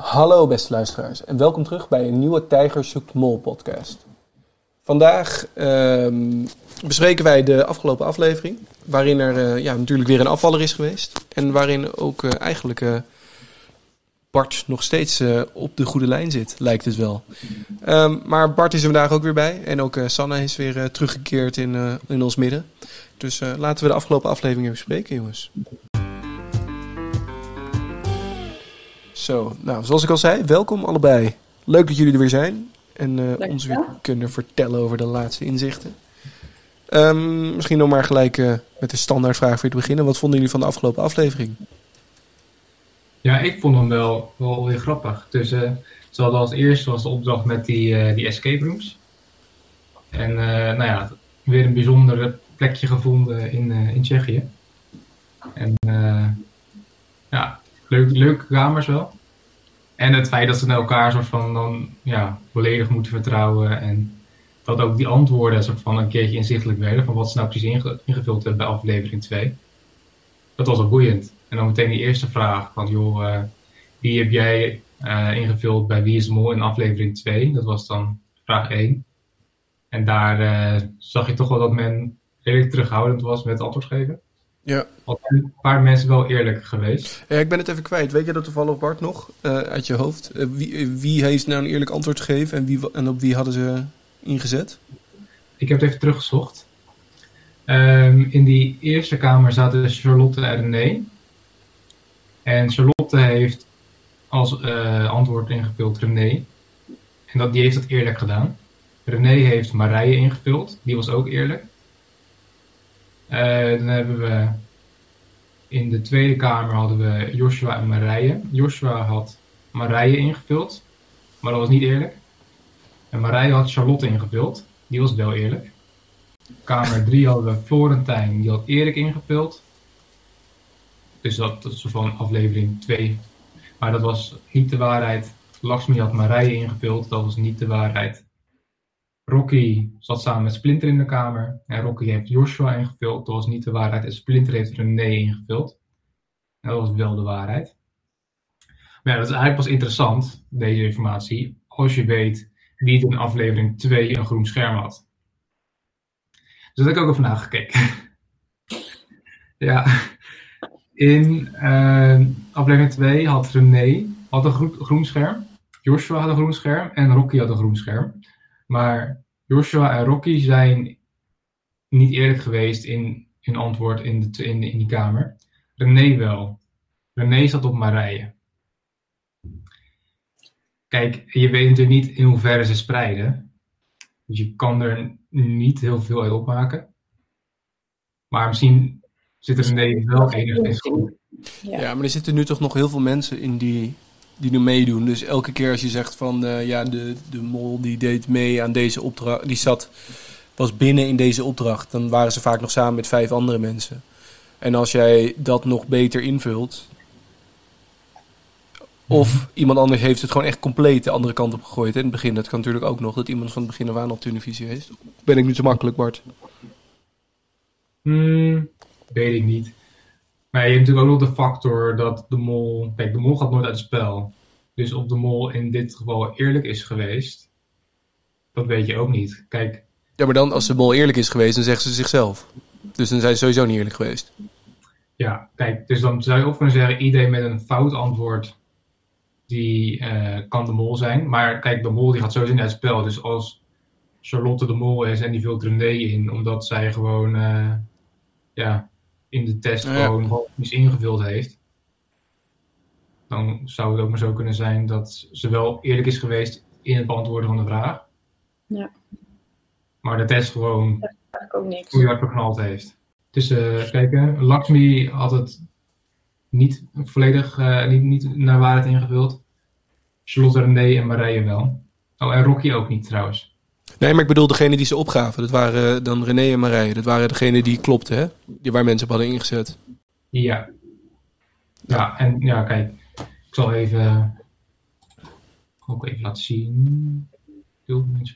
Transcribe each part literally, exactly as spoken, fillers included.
Hallo beste luisteraars en welkom terug bij een nieuwe Tijger zoekt Mol podcast. Vandaag uh, bespreken wij de afgelopen aflevering, waarin er uh, ja, natuurlijk weer een afvaller is geweest. En waarin ook uh, eigenlijk uh, Bart nog steeds uh, op de goede lijn zit, lijkt het wel. Um, maar Bart is er vandaag ook weer bij en ook uh, Sanne is weer uh, teruggekeerd in, uh, in ons midden. Dus uh, laten we de afgelopen aflevering even bespreken, jongens. Zo, nou, zoals ik al zei, welkom allebei. Leuk dat jullie er weer zijn en uh, ons weer kunnen vertellen over de laatste inzichten. Um, misschien nog maar gelijk uh, met de standaardvraag weer te beginnen. Wat vonden jullie van de afgelopen aflevering? Ja, ik vond hem wel, wel weer grappig. Dus uh, ze hadden als eerste was de opdracht met die, uh, die escape rooms. En uh, nou ja, weer een bijzonder plekje gevonden in, uh, in Tsjechië. En uh, ja, leuk, leuke kamers wel. En het feit dat ze naar elkaar soort van dan ja, volledig moeten vertrouwen. En dat ook die antwoorden soort van een keertje inzichtelijk werden. Van wat ze nou precies inge- ingevuld hebben bij aflevering twee. Dat was wel boeiend. En dan meteen die eerste vraag. Van joh, uh, wie heb jij uh, ingevuld bij Wie is de Mol in aflevering twee? Dat was dan vraag één. En daar uh, zag je toch wel dat men redelijk terughoudend was met antwoord geven. Ja. Al zijn een paar mensen wel eerlijk geweest. Ja, ik ben het even kwijt. Weet je dat toevallig, Bart, nog uh, uit je hoofd? Uh, wie, wie heeft nou een eerlijk antwoord gegeven en, wie, en op wie hadden ze ingezet? Ik heb het even teruggezocht. Um, in die eerste kamer zaten Charlotte en René. En Charlotte heeft als uh, antwoord ingevuld René. En dat, die heeft dat eerlijk gedaan. René heeft Marije ingevuld. Die was ook eerlijk. Uh, dan hebben we in de tweede kamer hadden we Joshua en Marije. Joshua had Marije ingevuld, maar dat was niet eerlijk. En Marije had Charlotte ingevuld, die was wel eerlijk. Kamer drie hadden we Florentijn, die had Erik ingevuld. Dus dat, dat is van aflevering twee. Maar dat was niet de waarheid. Lakshmi had Marije ingevuld, dat was niet de waarheid. Rocky zat samen met Splinter in de kamer. En Rocky heeft Joshua ingevuld. Dat was niet de waarheid. En Splinter heeft René ingevuld. En dat was wel de waarheid. Maar ja, dat is eigenlijk pas interessant, deze informatie, als je weet wie het in aflevering twee een groen scherm had. Dus daar heb ik ook even nagekeken. Ja, in uh, aflevering twee had René had een groen, groen scherm. Joshua had een groen scherm. En Rocky had een groen scherm. Maar Joshua en Rocky zijn niet eerlijk geweest in hun antwoord in, de, in, de, in die kamer. René wel. René zat op Marije. Kijk, je weet natuurlijk niet in hoeverre ze spreiden. Dus je kan er niet heel veel uit opmaken. Maar misschien zit René wel enigszins goed. Ja. ja, maar er zitten nu toch nog heel veel mensen in die... die nu meedoen. Dus elke keer als je zegt van uh, ja, de, de mol die deed mee aan deze opdracht, die zat, was binnen in deze opdracht, dan waren ze vaak nog samen met vijf andere mensen. En als jij dat nog beter invult, of mm-hmm. iemand anders heeft het gewoon echt compleet de andere kant op gegooid. In het begin, dat kan natuurlijk ook nog, dat iemand van het begin af aan al televisie heeft. Ben ik nu te makkelijk, Bart? Hmm, weet ik niet. Maar je hebt natuurlijk ook nog de factor dat de mol... Kijk, de mol gaat nooit uit het spel. Dus of de mol in dit geval eerlijk is geweest, dat weet je ook niet. Kijk... Ja, maar dan als de mol eerlijk is geweest, dan zegt ze zichzelf. Dus dan zijn ze sowieso niet eerlijk geweest. Ja, kijk, dus dan zou je ook kunnen zeggen, iedereen met een fout antwoord, die uh, kan de mol zijn. Maar kijk, de mol die gaat sowieso niet uit het spel. Dus als Charlotte de mol is en die vult René in, omdat zij gewoon... Uh, ja... in de test ja. gewoon wat iets ingevuld heeft, dan zou het ook maar zo kunnen zijn dat ze wel eerlijk is geweest in het beantwoorden van de vraag. Ja. Maar de test gewoon ja, ook niks. hoe hard verknald heeft. Dus uh, kijken, Lakshmi had het niet volledig uh, niet, niet naar waarheid ingevuld. Charlotte, René en Marije wel. Oh, en Rocky ook niet trouwens. Nee, maar ik bedoel degene die ze opgaven. Dat waren dan René en Marije. Dat waren degene die klopten, hè? Die waar mensen op hadden ingezet. Ja. Ja, en ja, kijk. Ik zal even... ook even laten zien. Veel mensen.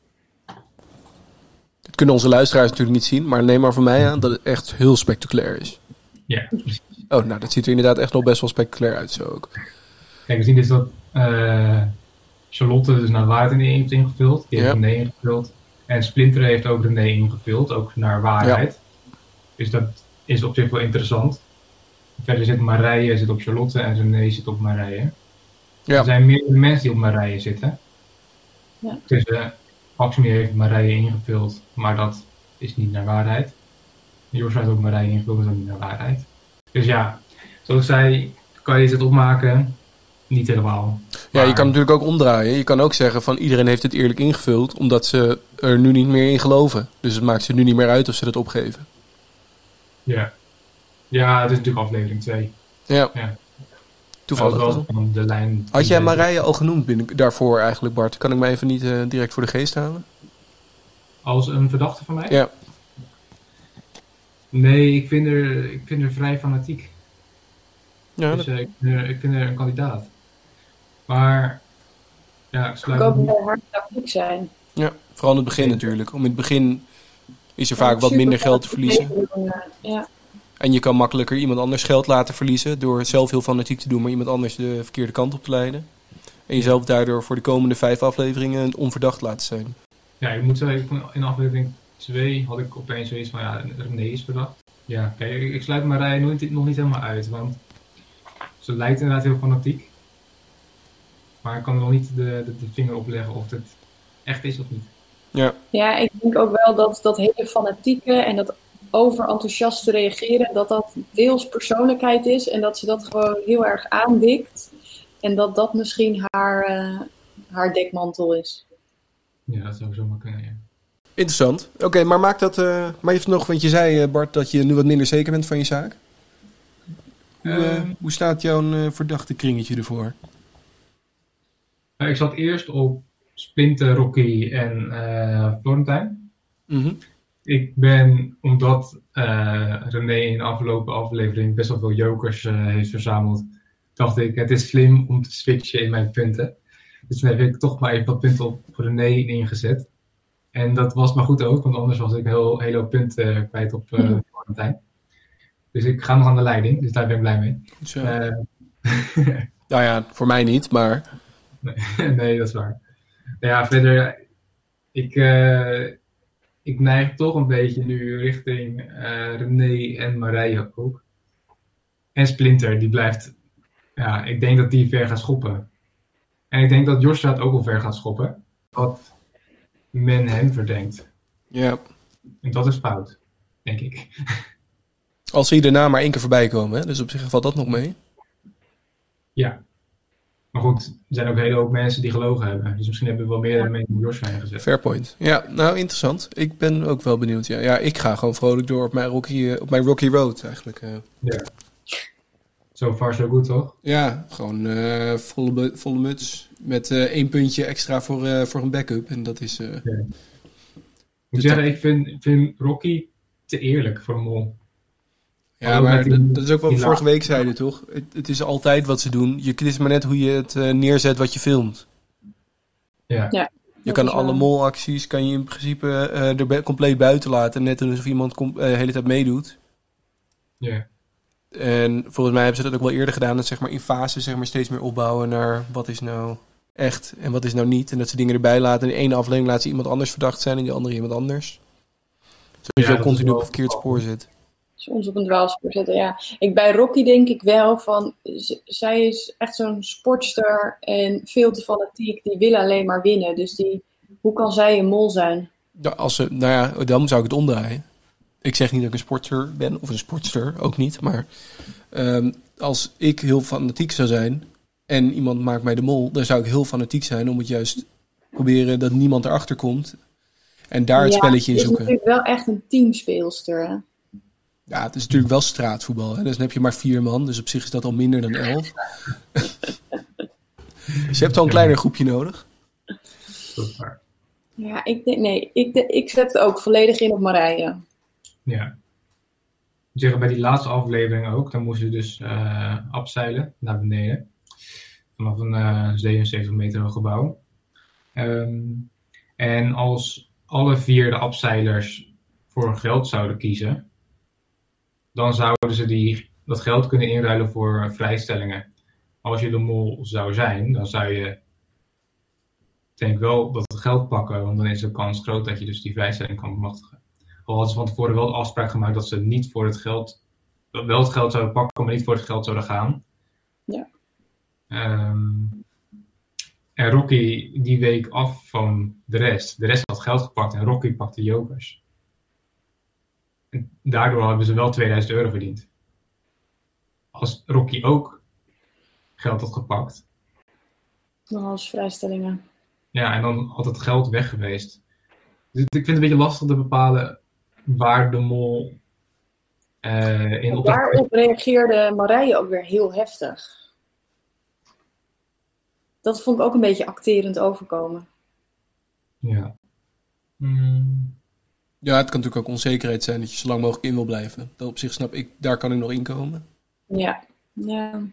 Dat kunnen onze luisteraars natuurlijk niet zien. Maar neem maar van mij aan dat het echt heel spectaculair is. Ja, precies. Oh, nou, dat ziet er inderdaad echt nog best wel spectaculair uit zo ook. Kijk, we zien dus dat uh, Charlotte dus naar waarheid heeft ingevuld. Die heeft Ja. René ingevuld. En Splinter heeft ook René ingevuld, ook naar waarheid. Ja. Dus dat is op zich wel interessant. Verder zit Marije zit op Charlotte en René zit op Marije. Ja. Er zijn meerdere mensen die op Marije zitten. Ja. Dus uh, Maximie heeft Marije ingevuld, maar dat is niet naar waarheid. Jos heeft ook Marije ingevuld, dat is ook niet naar waarheid. Dus ja, zoals ik zei, kan je het opmaken? Niet helemaal. Ja, maar je kan natuurlijk ook omdraaien. Je kan ook zeggen van iedereen heeft het eerlijk ingevuld, omdat ze er nu niet meer in geloven. Dus het maakt ze nu niet meer uit of ze dat opgeven. Ja, ja, het is natuurlijk aflevering twee. Ja, ja. Toevallig. Wel van de lijn. Had jij Marije al genoemd binnen, daarvoor eigenlijk, Bart? Kan ik me even niet uh, direct voor de geest halen? Als een verdachte van mij? Ja. Nee, ik vind er, ik vind er vrij fanatiek. Ja, dus dat... uh, ik, vind er, ik vind er een kandidaat. Maar ja, ik sluit het ook wel hard tactiek zijn. Ja, vooral in het begin natuurlijk. Om in het begin is er ja, vaak wat minder geld te verliezen. Ja. En je kan makkelijker iemand anders geld laten verliezen door zelf heel fanatiek te doen, maar iemand anders de verkeerde kant op te leiden. En jezelf daardoor voor de komende vijf afleveringen onverdacht laten zijn. Ja, ik moet zeggen, in aflevering twee had ik opeens zoiets van, ja, René is verdacht. Ja, kijk, ik, ik sluit Marije nog niet, nog niet helemaal uit, want ze lijkt inderdaad heel fanatiek. Maar ik kan er nog niet de, de, de vinger op leggen of het echt is of niet. Ja, ja, ik denk ook wel dat dat hele fanatieke en dat overenthousiast te reageren, dat dat deels persoonlijkheid is en dat ze dat gewoon heel erg aandikt. En dat dat misschien haar, uh, haar dekmantel is. Ja, dat zou zomaar kunnen, ja. Interessant. Oké, okay, maar maakt dat... Uh, maar je hebt nog, want je zei, uh, Bart, dat je nu wat minder zeker bent van je zaak. Hoe, uh, um, hoe staat jouw uh, verdachte kringetje ervoor? Uh, ik zat eerst op Splinter, Rocky en uh, Florentijn. Mm-hmm. Ik ben, omdat uh, René in de afgelopen aflevering best wel veel jokers uh, heeft verzameld, dacht ik, het is slim om te switchen in mijn punten. Dus toen heb ik toch maar even wat punten op René ingezet. En dat was maar goed ook, want anders was ik heel hele hoop punten kwijt op uh, Florentijn. Dus ik ga nog aan de leiding, dus daar ben ik blij mee. Zo. Uh, nou ja, voor mij niet, maar... nee, nee, dat is waar. Nou ja, verder, ik, uh, ik neig toch een beetje nu richting uh, René en Marije ook. En Splinter, die blijft... Ja, ik denk dat die ver gaat schoppen. En ik denk dat Joshua het ook wel ver gaat schoppen. Wat men hem verdenkt. Ja. En dat is fout, denk ik. Als ze hier daarna maar één keer voorbij komen, hè? Dus op zich valt dat nog mee. Ja. Maar goed, er zijn ook een hele hoop mensen die gelogen hebben. Dus misschien hebben we wel meer mensen in Joshua ingezet. Fair point. Ja, nou interessant. Ik ben ook wel benieuwd. Ja, ja ik ga gewoon vrolijk door op mijn Rocky, op mijn Rocky Road eigenlijk. Ja. So far so good, toch? Ja, gewoon uh, volle, volle muts. Met uh, één puntje extra voor, uh, voor een backup. En dat is... Uh, ja. Ik moet zeggen, ik vind, vind Rocky te eerlijk voor een mol. Ja, maar die, dat is ook wat we vorige week zeiden, toch? Het, het is altijd wat ze doen. Je, het is maar net hoe je het uh, neerzet wat je filmt. Ja. ja je kan alle molacties kan je in principe uh, er be- compleet buiten laten. Net alsof iemand com- uh, de hele tijd meedoet. Ja. En volgens mij hebben ze dat ook wel eerder gedaan. Dat zeg maar in fases zeg maar, steeds meer opbouwen naar wat is nou echt en wat is nou niet. En dat ze dingen erbij laten. In de ene aflevering laten ze iemand anders verdacht zijn en in de andere iemand anders. Zodat ja, je ook continu op een verkeerd spoor zit. Ons op een dwaalspoor zetten, ja. Ik, bij Rocky denk ik wel van... Z- zij is echt zo'n sportster en veel te fanatiek. Die wil alleen maar winnen. Dus die, hoe kan zij een mol zijn? Ja, als ze, nou ja, dan zou ik het omdraaien. Ik zeg niet dat ik een sportster ben, of een sportster, ook niet. Maar um, als ik heel fanatiek zou zijn en iemand maakt mij de mol... dan zou ik heel fanatiek zijn om het juist proberen dat niemand erachter komt. En daar het ja, spelletje in zoeken. Het is natuurlijk wel echt een teamspeelster, hè? Ja, het is natuurlijk wel straatvoetbal. Hè? Dus dan heb je maar vier man. Dus op zich is dat al minder dan elf. Dus je hebt al een kleiner groepje nodig. Ja, ik denk, nee. Ik, de, ik zet het ook volledig in op Marije. Ja. Ik moet zeggen, bij die laatste aflevering ook. Dan moest je dus uh, afzeilen naar beneden. Vanaf een uh, zevenenzeventig meter hoog gebouw. Um, en als alle vier de afzeilers voor geld zouden kiezen... dan zouden ze die, dat geld kunnen inruilen voor vrijstellingen. als je de mol zou zijn, dan zou je, ik denk wel, dat het geld pakken, want dan is de kans groot dat je dus die vrijstelling kan bemachtigen. Al hadden ze van tevoren wel de afspraak gemaakt dat ze niet voor het geld, wel het geld zouden pakken, maar niet voor het geld zouden gaan. Ja. Um, en Rocky die week af van de rest. De rest had geld gepakt en Rocky pakte jokers. En daardoor hebben ze wel tweeduizend euro verdiend. Als Rocky ook geld had gepakt. Dan als vrijstellingen. Ja, en dan had het geld weg geweest. Dus ik vind het een beetje lastig te bepalen waar de mol uh, in op. Daarop reageerde Marije ook weer heel heftig. Dat vond ik ook een beetje acterend overkomen. Ja. Mm. Ja, het kan natuurlijk ook onzekerheid zijn dat je zo lang mogelijk in wil blijven. Dat op zich snap ik, daar kan ik nog inkomen. Ja, ja.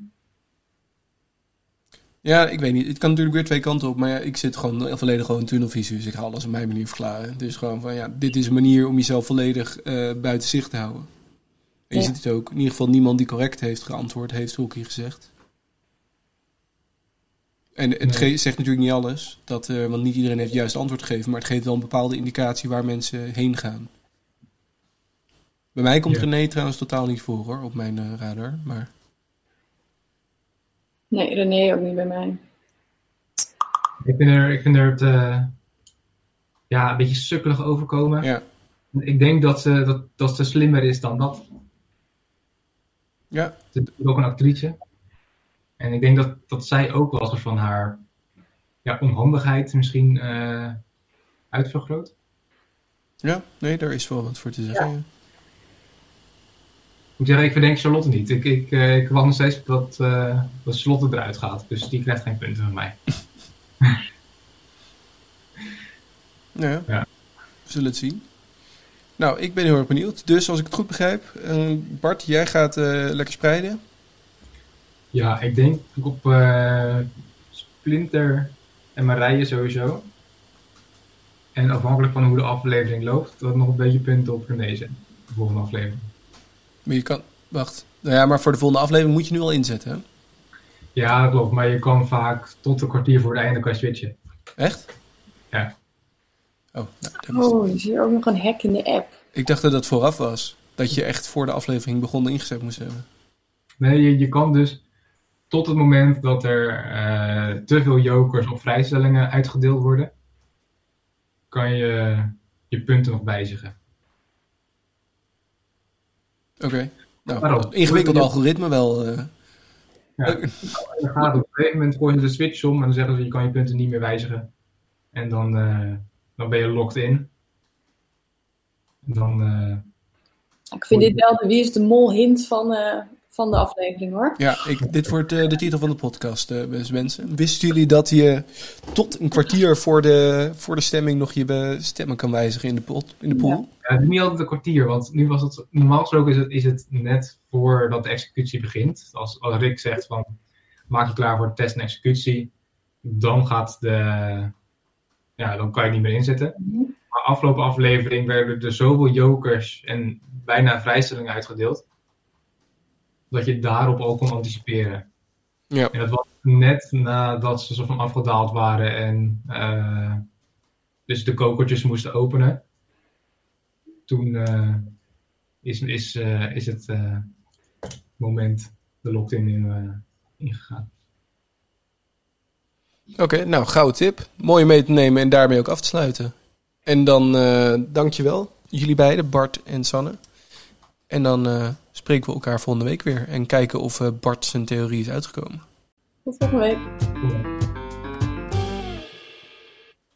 Ja, ik weet niet. Het kan natuurlijk weer twee kanten op. Maar ja, ik zit gewoon volledig gewoon in tunnelvisie. Dus ik ga alles op mijn manier verklaren. Dus gewoon van, ja, dit is een manier om jezelf volledig uh, buiten zicht te houden. En je Ja. ziet het ook. In ieder geval niemand die correct heeft geantwoord, heeft Rocky gezegd. En het Nee. ge- zegt natuurlijk niet alles. Dat, uh, want niet iedereen heeft het juiste antwoord gegeven. Maar het geeft wel een bepaalde indicatie waar mensen heen gaan. Bij mij komt Ja. René trouwens totaal niet voor, hoor. Op mijn uh, radar. Maar Nee, René ook niet bij mij. Ik vind er, ik vind er het uh, ja, een beetje sukkelig overkomen. ja. Ik denk dat ze, dat, dat ze slimmer is dan dat. Ja. Ze is ook een actrice. En ik denk dat, dat zij ook wel eens van haar ja, onhandigheid misschien uh, uitvergroot. Ja, nee, daar is wel wat voor te zeggen. Ja. Ik moet zeggen, ik verdenk Charlotte niet. Ik, ik, uh, ik wacht nog steeds dat, uh, dat Charlotte eruit gaat. Dus die krijgt geen punten van mij. Ja. Ja. We zullen het zien. Nou, ik ben heel erg benieuwd. Dus als ik het goed begrijp, uh, Bart, jij gaat uh, lekker spreiden. Ja, ik denk op uh, Splinter en Marije sowieso. En afhankelijk van hoe de aflevering loopt, dat nog een beetje punten op René zijn. De volgende aflevering. Maar je kan... Wacht. Nou ja, maar voor de volgende aflevering moet je nu al inzetten, hè? Ja, dat klopt. Maar je kan vaak tot een kwartier voor het einde kan switchen. Echt? Ja. Oh, nou, dat was... Oh, is hier ook nog een hack in de app. Ik dacht dat dat vooraf was. Dat je echt voor de aflevering begonnen ingezet moest hebben. Nee, je, je kan dus tot het moment dat er uh, te veel jokers of vrijstellingen uitgedeeld worden, kan je je punten nog wijzigen. Oké. Okay. Nou, Waarom? ingewikkeld algoritme wel. Uh... Ja, dan gaat het op een gegeven moment gooi je de switch om en dan zeggen ze je kan je punten niet meer wijzigen. En dan, uh, dan ben je locked in. En dan... Uh, Ik vind dit wel de Wie is de Mol hint van, uh, van de aflevering, hoor. Ja, ik, dit wordt uh, de titel van de podcast, uh, beste mensen. Wisten jullie dat je tot een kwartier voor de, voor de stemming nog je stemmen kan wijzigen in de, pot, in de pool? Ja. Ja, het is niet altijd een kwartier, want nu was het, normaal gesproken is het, is het net voordat de executie begint. Als, als Rick zegt van, maak je klaar voor de test en executie, dan gaat de, ja, dan kan je het niet meer inzetten. Mm-hmm. Maar afgelopen aflevering werden er zoveel jokers en bijna vrijstellingen uitgedeeld, dat je daarop al kon anticiperen. Ja. En dat was net nadat ze zo van afgedaald waren en uh, dus de kokertjes moesten openen. Toen uh, is, is, uh, is het uh, moment de locked-in in, uh, ingegaan. Oké, okay, nou, gouden tip. Mooi mee te nemen en daarmee ook af te sluiten. En dan uh, dankjewel, jullie beiden, Bart en Sanne. En dan uh, spreken we elkaar volgende week weer en kijken of uh, Bart zijn theorie is uitgekomen. Tot volgende week. Cool.